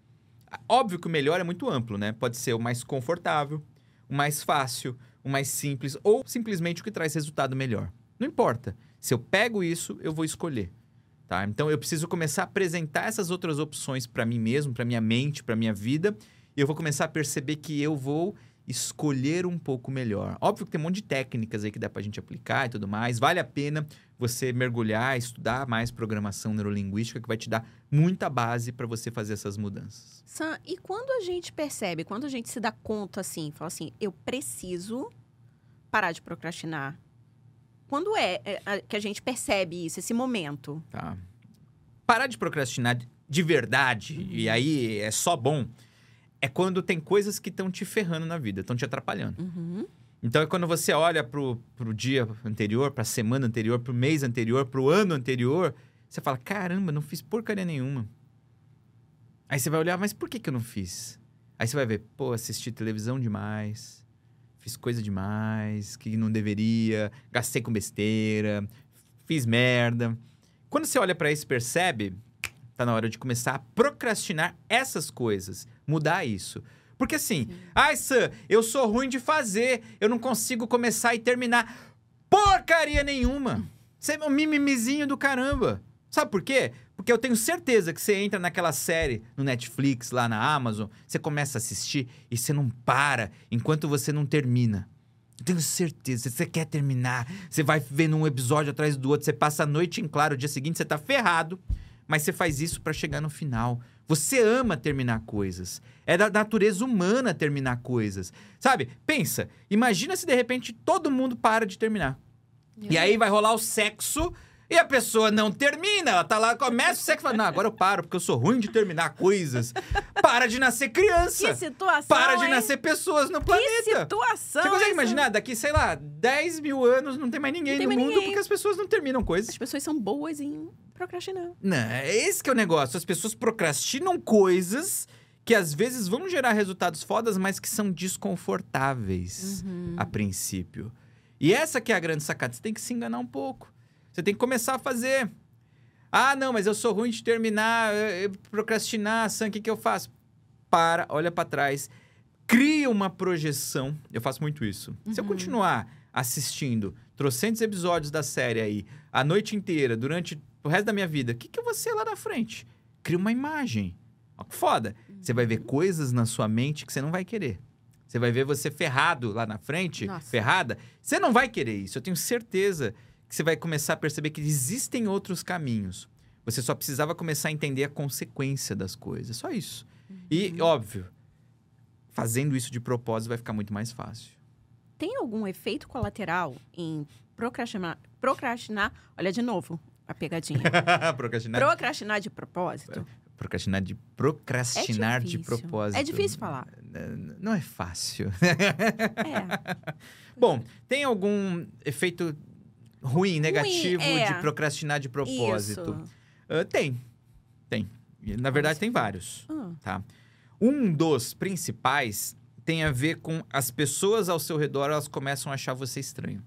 Óbvio que o melhor é muito amplo, né? Pode ser o mais confortável, o mais fácil, o mais simples, ou simplesmente o que traz resultado melhor. Não importa. Se eu pego isso, eu vou escolher, tá? Então, eu preciso começar a apresentar essas outras opções para mim mesmo, para minha mente, para minha vida. E eu vou começar a perceber que eu vou escolher um pouco melhor. Óbvio que tem um monte de técnicas aí que dá pra gente aplicar e tudo mais. Vale a pena você mergulhar, estudar mais programação neurolinguística, que vai te dar muita base para você fazer essas mudanças. Sam, e quando a gente percebe, quando a gente se dá conta assim, fala assim, eu preciso parar de procrastinar. Quando é, é que a gente percebe isso, esse momento? Tá. Parar de procrastinar de verdade, uhum. e aí é só bom, é quando tem coisas que estão te ferrando na vida, estão te atrapalhando. Uhum. Então, é quando você olha pro, pro dia anterior, pra semana anterior, pro mês anterior, pro ano anterior, você fala, caramba, não fiz porcaria nenhuma. Aí você vai olhar, mas por que que eu não fiz? Aí você vai ver, pô, assisti televisão demais... Fiz coisa demais, que não deveria, gastei com besteira, fiz merda. Quando você olha pra isso e percebe, tá na hora de começar a procrastinar essas coisas, mudar isso. Porque assim, ai, Sam, eu sou ruim de fazer, eu não consigo começar e terminar porcaria nenhuma. Você é um mimimizinho do caramba. Sabe por quê? Porque eu tenho certeza que você entra naquela série no Netflix, lá na Amazon, você começa a assistir e você não para enquanto você não termina. Eu tenho certeza, você quer terminar, você vai vendo um episódio atrás do outro, você passa a noite em claro, o dia seguinte você tá ferrado, mas você faz isso pra chegar no final. Você ama terminar coisas. É da natureza humana terminar coisas. Sabe? Pensa, imagina se de repente todo mundo para de terminar. Meu e aí Deus. Vai rolar o sexo... E a pessoa não termina, ela tá lá, começa o sexo e fala, não, agora eu paro, porque eu sou ruim de terminar coisas. Para de nascer criança. Que situação, Para de hein? nascer pessoas no planeta. Que situação, Você consegue essa... imaginar? Daqui, sei lá, dez mil anos não tem mais ninguém tem no mais mundo ninguém. Porque as pessoas não terminam coisas. As pessoas são boas em procrastinar. Não, é esse que é o negócio. As pessoas procrastinam coisas que às vezes vão gerar resultados fodas, mas que são desconfortáveis uhum. a princípio. E essa que é a grande sacada. Você tem que se enganar um pouco. Você tem que começar a fazer. Ah, não, mas eu sou ruim de terminar, eu, eu procrastinar, Sam, o que, que eu faço? Para, olha para trás, cria uma projeção. Eu faço muito isso. Uhum. Se eu continuar assistindo trocentos episódios da série aí, a noite inteira, durante o resto da minha vida, o que, que eu vou ser lá na frente? Cria uma imagem. Ó, que foda. Uhum. Você vai ver coisas na sua mente que você não vai querer. Você vai ver você ferrado lá na frente, Nossa. ferrada. Você não vai querer isso. Eu tenho certeza que você vai começar a perceber que existem outros caminhos. Você só precisava começar a entender a consequência das coisas. Só isso. Uhum. E, óbvio, fazendo isso de propósito vai ficar muito mais fácil. Tem algum efeito colateral em procrastinar? Procrastinar, olha de novo a pegadinha. procrastinar. Procrastinar de propósito? Procrastinar de procrastinar é de propósito. É difícil falar. Não é fácil. É. Bom, tem algum efeito ruim, negativo ruim, é. de procrastinar de propósito? Isso. Uh, tem. Tem. Na verdade, Nossa. tem vários. Hum. Tá? Um dos principais tem a ver com as pessoas ao seu redor, elas começam a achar você estranho.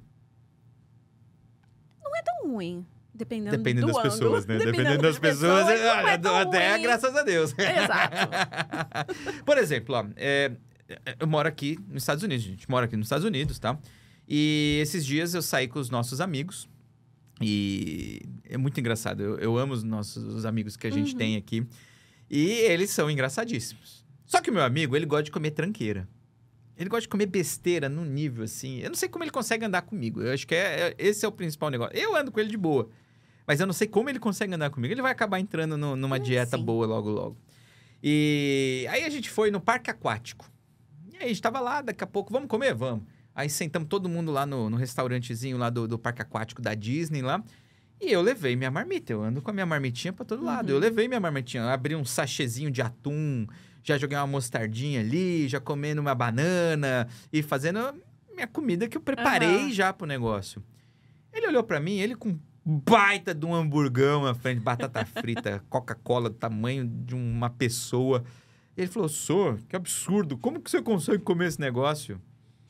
Não é tão ruim. Dependendo, Dependendo do das ângulo. pessoas, né? Dependendo, Dependendo das pessoas, pessoas é, é tão até ruim. graças a Deus. Exato. Por exemplo, ó, é, eu moro aqui nos Estados Unidos, a gente mora aqui nos Estados Unidos, tá? E esses dias eu saí com os nossos amigos e é muito engraçado. Eu, eu amo os nossos os amigos que a gente uhum. tem aqui e eles são engraçadíssimos. Só que o meu amigo, ele gosta de comer tranqueira. Ele gosta de comer besteira num nível assim. Eu não sei como ele consegue andar comigo. Eu acho que é, é, esse é o principal negócio. Eu ando com ele de boa. Mas eu não sei como ele consegue andar comigo. Ele vai acabar entrando no, numa hum, dieta sim. boa logo, logo. E aí a gente foi no parque aquático. E aí a gente tava lá, daqui a pouco, vamos comer? Vamos. Aí sentamos todo mundo lá no, no restaurantezinho lá do, do parque aquático da Disney lá. E eu levei minha marmita. Eu ando com a minha marmitinha pra todo lado. Uhum. Eu levei minha marmitinha. Eu abri um sachêzinho de atum, já joguei uma mostardinha ali, já comendo uma banana e fazendo minha comida que eu preparei uhum. já pro negócio. Ele olhou pra mim, ele com baita de um hamburgão na frente, batata frita, Coca-Cola do tamanho de uma pessoa. Ele falou, senhor, que absurdo, como que você consegue comer esse negócio?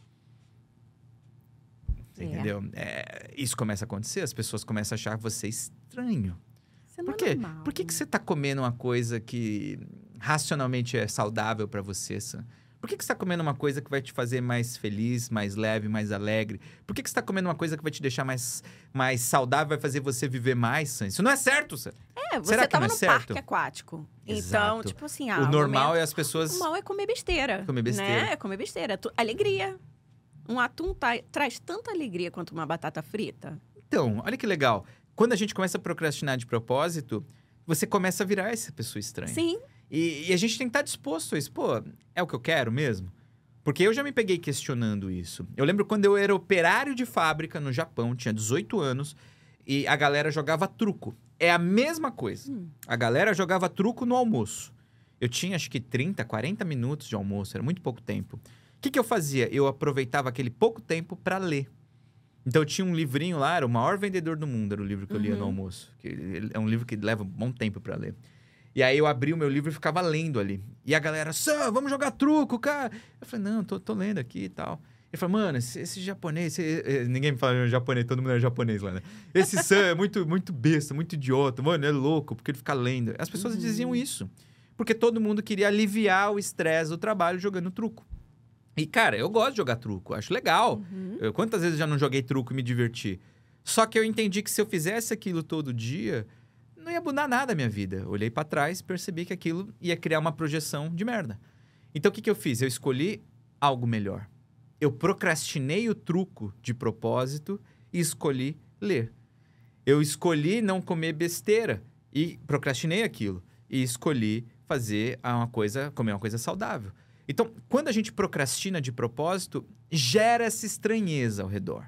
Você é. entendeu? É, isso começa a acontecer, as pessoas começam a achar você estranho. Você não Por quê? é normal. Por que, que você tá comendo uma coisa que racionalmente é saudável pra você, Sam? Por que, que você está comendo uma coisa que vai te fazer mais feliz, mais leve, mais alegre? Por que, que você está comendo uma coisa que vai te deixar mais, mais saudável, vai fazer você viver mais, Sam? Isso não é certo, Sam. É, você Será que tava não é no certo? parque aquático. Exato. Então, tipo assim... Ah, o normal momento, é as pessoas... O normal é comer besteira. Comer besteira. Né? É comer besteira. Tu, alegria. Um atum tá, traz tanta alegria quanto uma batata frita. Então, olha que legal. Quando a gente começa a procrastinar de propósito, você começa a virar essa pessoa estranha. Sim. E, e a gente tem que estar disposto a isso. Pô, é o que eu quero mesmo? Porque eu já me peguei questionando isso. Eu lembro quando eu era operário de fábrica no Japão, tinha dezoito anos, e a galera jogava truco. É a mesma coisa. Hum. A galera jogava truco no almoço. Eu tinha acho que trinta, quarenta minutos de almoço, era muito pouco tempo. O que, que eu fazia? Eu aproveitava aquele pouco tempo para ler. Então eu tinha um livrinho lá, era o maior vendedor do mundo, era o livro que eu lia uhum. no almoço. Que é um livro que leva um bom tempo para ler. E aí eu abri o meu livro e ficava lendo ali. E a galera, Sam, vamos jogar truco, cara. Eu falei, não, tô, tô lendo aqui e tal. Ele falou, mano, esse, esse japonês... Esse, ninguém me fala japonês, todo mundo é japonês lá, né? Esse Sam é muito, muito besta, muito idiota. Mano, é louco, porque ele fica lendo. As pessoas uhum. diziam isso. Porque todo mundo queria aliviar o estresse do trabalho jogando truco. E, cara, eu gosto de jogar truco, acho legal. Uhum. Eu, quantas vezes eu já não joguei truco e me diverti? Só que eu entendi que se eu fizesse aquilo todo dia... não ia mudar nada a minha vida. Olhei pra trás e percebi que aquilo ia criar uma projeção de merda. Então, o que, que eu fiz? Eu escolhi algo melhor. Eu procrastinei o truco de propósito e escolhi ler. Eu escolhi não comer besteira e procrastinei aquilo. E escolhi fazer uma coisa, comer uma coisa saudável. Então, quando a gente procrastina de propósito, gera essa estranheza ao redor.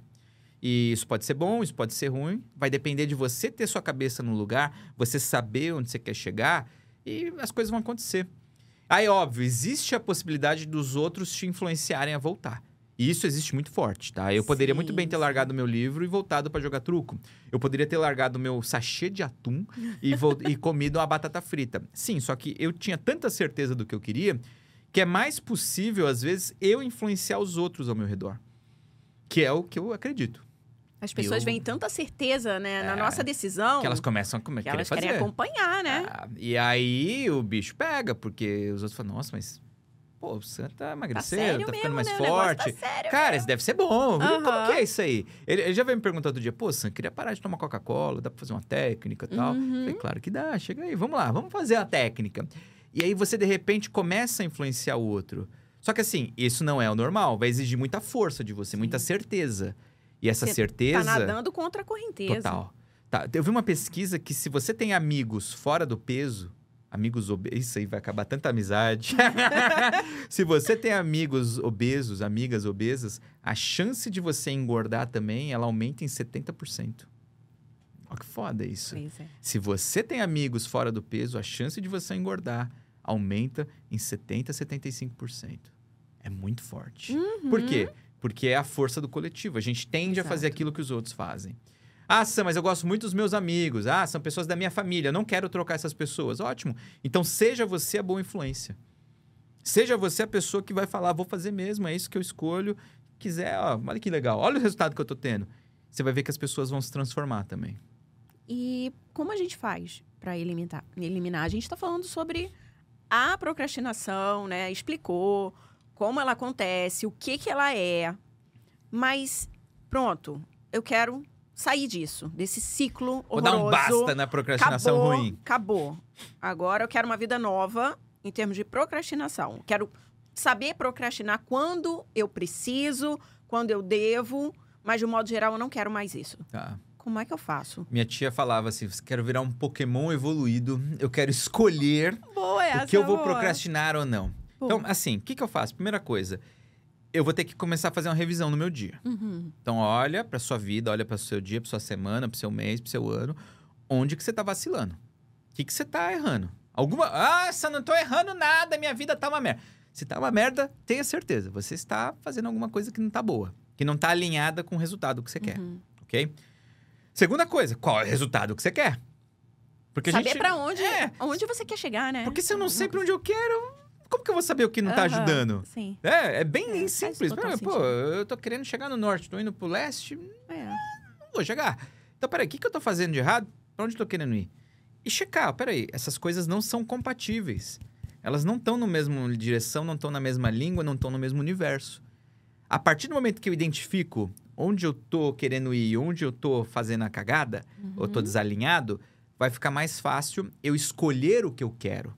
E isso pode ser bom, isso pode ser ruim. Vai depender de você ter sua cabeça no lugar, você saber onde você quer chegar e as coisas vão acontecer. Aí, óbvio, existe a possibilidade dos outros te influenciarem a voltar. E isso existe muito forte, tá? Eu poderia sim, muito bem ter largado meu livro e voltado para jogar truco. Eu poderia ter largado meu sachê de atum e, e comido uma batata frita. Sim, só que eu tinha tanta certeza do que eu queria que é mais possível, às vezes, eu influenciar os outros ao meu redor. Que é o que eu acredito. As pessoas Eu- veem tanta certeza, né, na nossa decisão, Que elas começam a come- que querer elas fazer. querem acompanhar, né? Ah, e aí o bicho pega, porque os outros falam, nossa, mas... Pô, o Sam tá Tá emagrecendo, sério tá mesmo, ficando mais né? O negócio forte. tá sério Cara, mesmo. isso deve ser bom. Como Aham. que é isso aí? Ele, ele já veio me perguntar outro dia, pô, Sam, queria parar de tomar Coca-Cola, dá pra fazer uma técnica e tal. Uhum. Falei, claro que dá, chega aí, vamos lá, vamos fazer a técnica. E aí você, de repente, começa a influenciar o outro. Só que assim, isso não é o normal, vai exigir muita força de você, muita certeza. E essa Você certeza... Tá nadando contra a correnteza. Total. Tá, eu vi uma pesquisa que se você tem amigos fora do peso, amigos obesos, isso aí vai acabar tanta amizade. Se você tem amigos obesos, amigas obesas, a chance de você engordar também, ela aumenta em setenta por cento. Olha que foda isso. Pois é. Se você tem amigos fora do peso, a chance de você engordar aumenta em setenta, setenta e cinco por cento. É muito forte. Uhum. Por quê? Porque é a força do coletivo. A gente tende a fazer Exato. aquilo que os outros fazem. Ah, Sam, mas eu gosto muito dos meus amigos. Ah, são pessoas da minha família. Eu não quero trocar essas pessoas. Ótimo. Então, seja você a boa influência. Seja você a pessoa que vai falar, vou fazer mesmo, é isso que eu escolho. Quiser, ó, olha que legal. Olha o resultado que eu tô tendo. Você vai ver que as pessoas vão se transformar também. E como a gente faz para eliminar? eliminar? A gente está falando sobre a procrastinação, né? Explicou como ela acontece, o que, que ela é. Mas, pronto, eu quero sair disso, desse ciclo Vou horroroso. dar um basta na procrastinação acabou, ruim. Acabou. Agora eu quero uma vida nova em termos de procrastinação. Quero saber procrastinar quando eu preciso, quando eu devo, mas de um modo geral eu não quero mais isso. Tá. Como é que eu faço? Minha tia falava assim, quero virar um Pokémon evoluído, eu quero escolher Boa essa, o que eu vou boa. procrastinar ou não. Boa. Então, assim, o que, que eu faço? Primeira coisa, eu vou ter que começar a fazer uma revisão no meu dia. Uhum. Então, olha pra sua vida, olha para o seu dia, pra sua semana, pro seu mês, pro seu ano. Onde que você tá vacilando? O que, que você tá errando? Alguma... Ah, eu não tô errando nada, minha vida tá uma merda. Se tá uma merda, tenha certeza. Você está fazendo alguma coisa que não tá boa. Que não tá alinhada com o resultado que você quer, Uhum. ok? Segunda coisa, qual é o resultado que você quer? Porque a Saber gente... pra onde, É, onde você quer chegar, né? porque se eu não sei pra onde eu quero, como que eu vou saber o que não tá Aham, ajudando? Sim. É, é bem É, faz simples. total Pô, sentido. eu tô querendo chegar no norte, tô indo pro leste, É. não vou chegar. Então, peraí, o que, que eu tô fazendo de errado? Pra onde eu tô querendo ir? E checar, peraí, essas coisas não são compatíveis. Elas não estão na mesma direção, não estão na mesma língua, não estão no mesmo universo. A partir do momento que eu identifico onde eu tô querendo ir, onde eu tô fazendo a cagada, Uhum. ou tô desalinhado, vai ficar mais fácil eu escolher o que eu quero.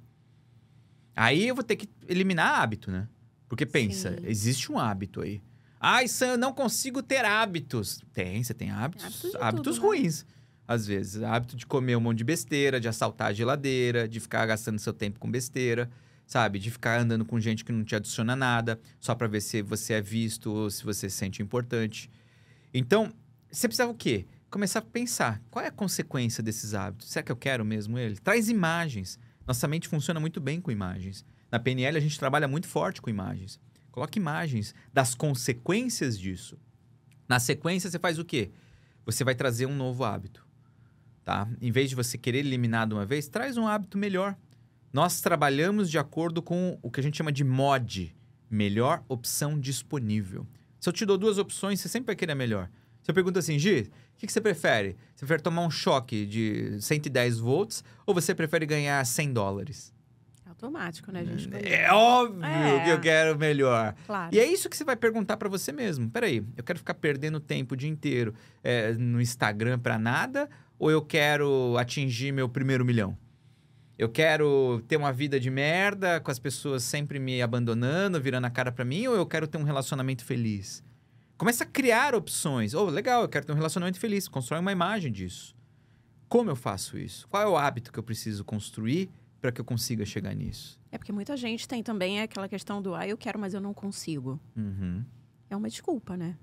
Aí eu vou ter que eliminar hábito, né? Porque pensa, Sim. existe um hábito aí. Ai, Sam, eu não consigo ter hábitos. Tem, você tem hábitos, Hábitos de hábitos tudo, né? ruins. Às vezes, hábito de comer um monte de besteira, de assaltar a geladeira, de ficar gastando seu tempo com besteira, sabe? De ficar andando com gente que não te adiciona nada, só pra ver se você é visto ou se você se sente importante. Então, você precisa o quê? Começar a pensar, qual é a consequência desses hábitos? Será que eu quero mesmo ele? Traz imagens. Nossa mente funciona muito bem com imagens. Na P N L, a gente trabalha muito forte com imagens. Coloque imagens das consequências disso. Na sequência, você faz o quê? Você vai trazer um novo hábito, tá? Em vez de você querer eliminar de uma vez, traz um hábito melhor. Nós trabalhamos de acordo com o que a gente chama de M O D, melhor opção disponível. Se eu te dou duas opções, você sempre vai querer a melhor. Se eu pergunto assim, Gi, o que, que você prefere? Você prefere tomar um choque de cento e dez volts ou você prefere ganhar cem dólares? Automático, né, gente? É óbvio É. que eu quero o melhor. Claro. E é isso que você vai perguntar pra você mesmo. Peraí, eu quero ficar perdendo tempo o dia inteiro é, no Instagram pra nada ou eu quero atingir meu primeiro milhão? Eu quero ter uma vida de merda com as pessoas sempre me abandonando, virando a cara pra mim ou eu quero ter um relacionamento feliz? Começa a criar opções. Oh, legal, eu quero ter um relacionamento feliz. Constrói uma imagem disso. Como eu faço isso? Qual é o hábito que eu preciso construir para que eu consiga chegar nisso? É porque muita gente tem também aquela questão do ah, eu quero, mas eu não consigo. Uhum. É uma desculpa, né?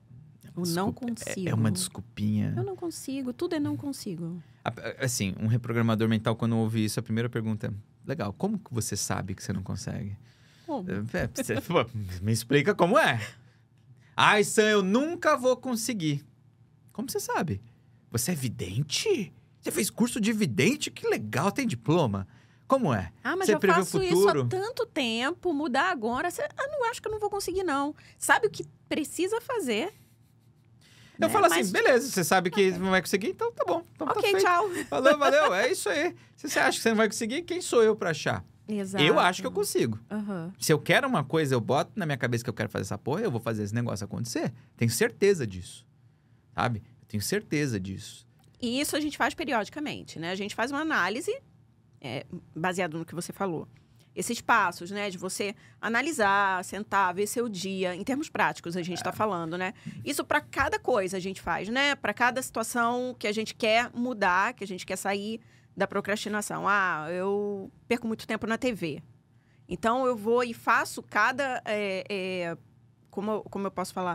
O Desculpa, não é- consigo. É uma desculpinha. Eu não consigo, tudo é não consigo. A- Assim, um reprogramador mental, quando ouve isso, a primeira pergunta é: legal, como que você sabe que você não consegue? Como? É, você- pô, me explica como é. Ai, Sam, eu nunca vou conseguir. Como você sabe? Você é vidente? Você fez curso de vidente? Que legal, tem diploma. Como é? Ah, mas Você eu prevê o faço isso futuro? há tanto tempo, mudar agora, você, ah, não acho que eu não vou conseguir, não. Sabe o que precisa fazer? Eu né? falo assim, Mas- beleza, você sabe que não vai conseguir, então tá bom. Então tá Ok, feito. tchau. Valeu, valeu, é isso aí. Se você acha que você não vai conseguir, quem sou eu pra achar? Exato. Eu acho que eu consigo. Aham. Se eu quero uma coisa, eu boto na minha cabeça que eu quero fazer essa porra, eu vou fazer esse negócio acontecer. Tenho certeza disso. Sabe? Eu tenho certeza disso. E isso a gente faz periodicamente, né? A gente faz uma análise, é, baseado no que você falou. Esses passos, né? De você analisar, sentar, ver seu dia. Em termos práticos, a gente está falando, né? Isso para cada coisa a gente faz, né? Para cada situação que a gente quer mudar, que a gente quer sair da procrastinação. Ah, eu perco muito tempo na T V. Então, eu vou e faço cada... é, é, como, eu- como eu posso falar?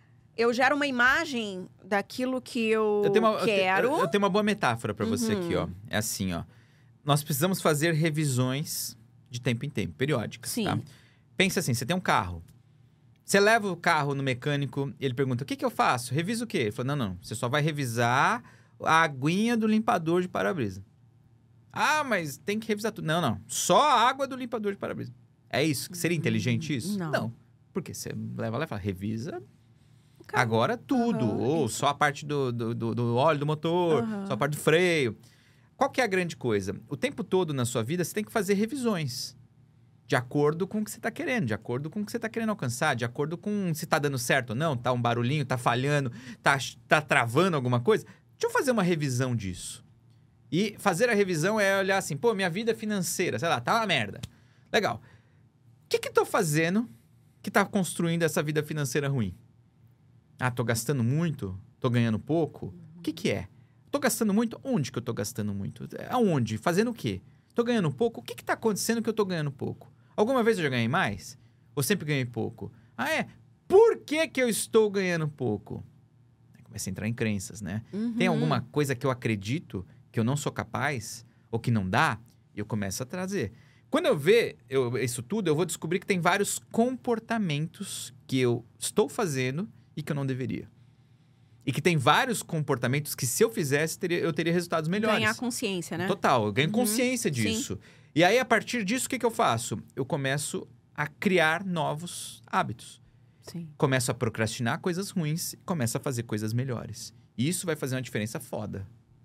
Eu gero uma imagem daquilo que eu, Eu tenho uma, eu te- quero. Eu, eu tenho uma boa metáfora pra você Uhum. aqui, ó. É assim, ó. Nós precisamos fazer revisões de tempo em tempo, periódicas, Sim. tá? Pensa assim, você tem um carro. Você leva o carro no mecânico, ele pergunta, o que que eu faço? Revisa o quê? Ele fala, não, não, você só vai revisar a aguinha do limpador de para-brisa. Ah, mas tem que revisar tudo. Não, não, só a água do limpador de para-brisa. É isso? Seria inteligente isso? não. Não. Porque você leva lá e fala, revisa Carro. agora tudo. Aham, Ou isso. só a parte do, do, do- do óleo do motor, Aham. só a parte do freio. Qual que é a grande coisa? O tempo todo na sua vida você tem que fazer revisões. De acordo com o que você está querendo, de acordo com o que você está querendo alcançar, de acordo com se está dando certo ou não, tá um barulhinho, tá falhando, tá, tá travando alguma coisa. Deixa eu fazer uma revisão disso. E fazer a revisão é olhar assim, pô, minha vida financeira, sei lá, tá uma merda. Legal. O que que tô fazendo que tá construindo essa vida financeira ruim? Ah, tô gastando muito? Tô ganhando pouco? O que que é? Tô gastando muito? Onde que eu tô gastando muito? Aonde? Fazendo o quê? Tô ganhando pouco? O que que tá acontecendo que eu tô ganhando pouco? Alguma vez eu já ganhei mais? Ou sempre ganhei pouco? Ah, é? Por que que eu estou ganhando pouco? Aí começa a entrar em crenças, né? Uhum. Tem alguma coisa que eu acredito que eu não sou capaz? Ou que não dá? E eu começo a trazer. Quando eu ver eu- isso tudo, eu vou descobrir que tem vários comportamentos que eu estou fazendo e que eu não deveria. E que tem vários comportamentos que, se eu fizesse, teria- eu teria resultados melhores. Ganhar consciência, né? Total, eu ganho Uhum, consciência disso. E aí, a partir disso, o que, que eu faço? Eu começo a criar novos hábitos. Sim. Começo a procrastinar coisas ruins e começo a fazer coisas melhores. E isso vai fazer uma diferença foda.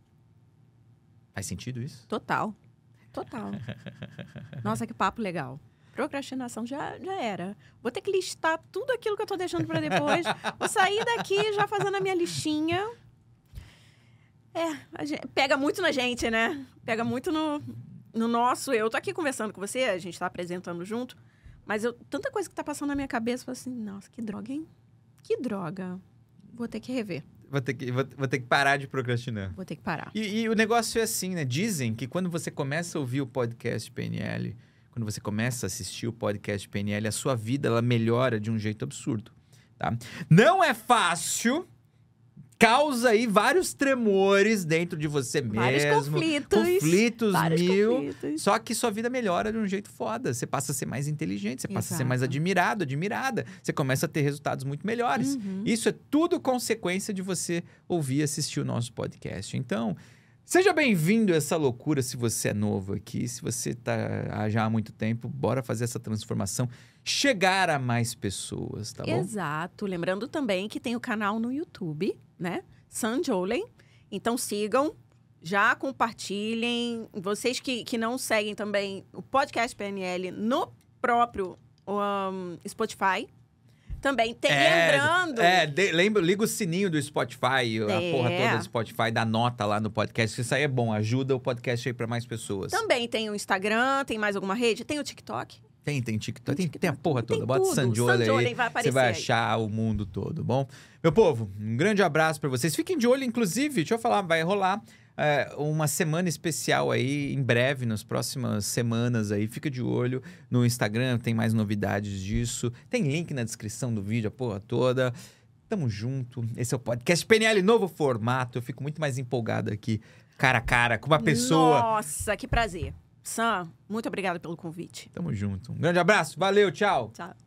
Faz sentido isso? Total. Total. Nossa, que papo legal. Procrastinação já, já era. Vou ter que listar tudo aquilo que eu tô deixando pra depois. Vou sair daqui já fazendo a minha listinha. É, a gente- pega muito na gente, né? Pega muito no, no nosso. Eu tô aqui conversando com você, a gente tá apresentando junto. Mas eu, tanta coisa que tá passando na minha cabeça, eu falo assim, nossa, que droga, hein? Que droga. Vou ter que rever. Vou ter que, vou, vou ter que parar de procrastinar. Vou ter que parar. E, e o negócio é assim, né? Dizem que quando você começa a ouvir o podcast P N L, quando você começa a assistir o podcast P N L, a sua vida ela melhora de um jeito absurdo, tá? Não é fácil, causa aí vários tremores dentro de você Vários mesmo. conflitos. Conflitos Vários mil. conflitos. Só que sua vida melhora de um jeito foda. Você passa a ser mais inteligente, você passa a ser Exato. mais admirado, admirada. Você começa a ter resultados muito melhores. Uhum. Isso é tudo consequência de você ouvir e assistir o nosso podcast. Então, seja bem-vindo a essa loucura se você é novo aqui. Se você está já há muito tempo, bora fazer essa transformação. Chegar a mais pessoas, tá bom? Exato. Lembrando também que tem o canal no YouTube, né? Sanjolen. Então sigam, já compartilhem. Vocês que, que não seguem também o podcast P N L no próprio um, Spotify. Também tem, lembrando. É, de- lembra, liga o sininho do Spotify, a É. porra toda do Spotify, dá nota lá no podcast. Isso aí é bom, ajuda o podcast aí pra mais pessoas. Também tem o Instagram, tem mais alguma rede? Tem o TikTok? Tem, tem TikTok, tem, TikTok, tem a porra tem toda. Bota tudo. Sanjolen Sanjolen aí, vai você aparecer vai aí. achar o mundo todo, bom? Meu povo, um grande abraço pra vocês. Fiquem de olho, inclusive, deixa eu falar, vai rolar é, uma semana especial aí, em breve, nas próximas semanas aí. Fica de olho no Instagram, tem mais novidades disso. Tem link na descrição do vídeo, a porra toda. Tamo junto. Esse é o podcast P N L, novo formato. Eu fico muito mais empolgado aqui, cara a cara, com uma pessoa. Nossa, que prazer. Sam, muito obrigada pelo convite. Tamo junto. Um grande abraço, valeu, tchau. Tchau.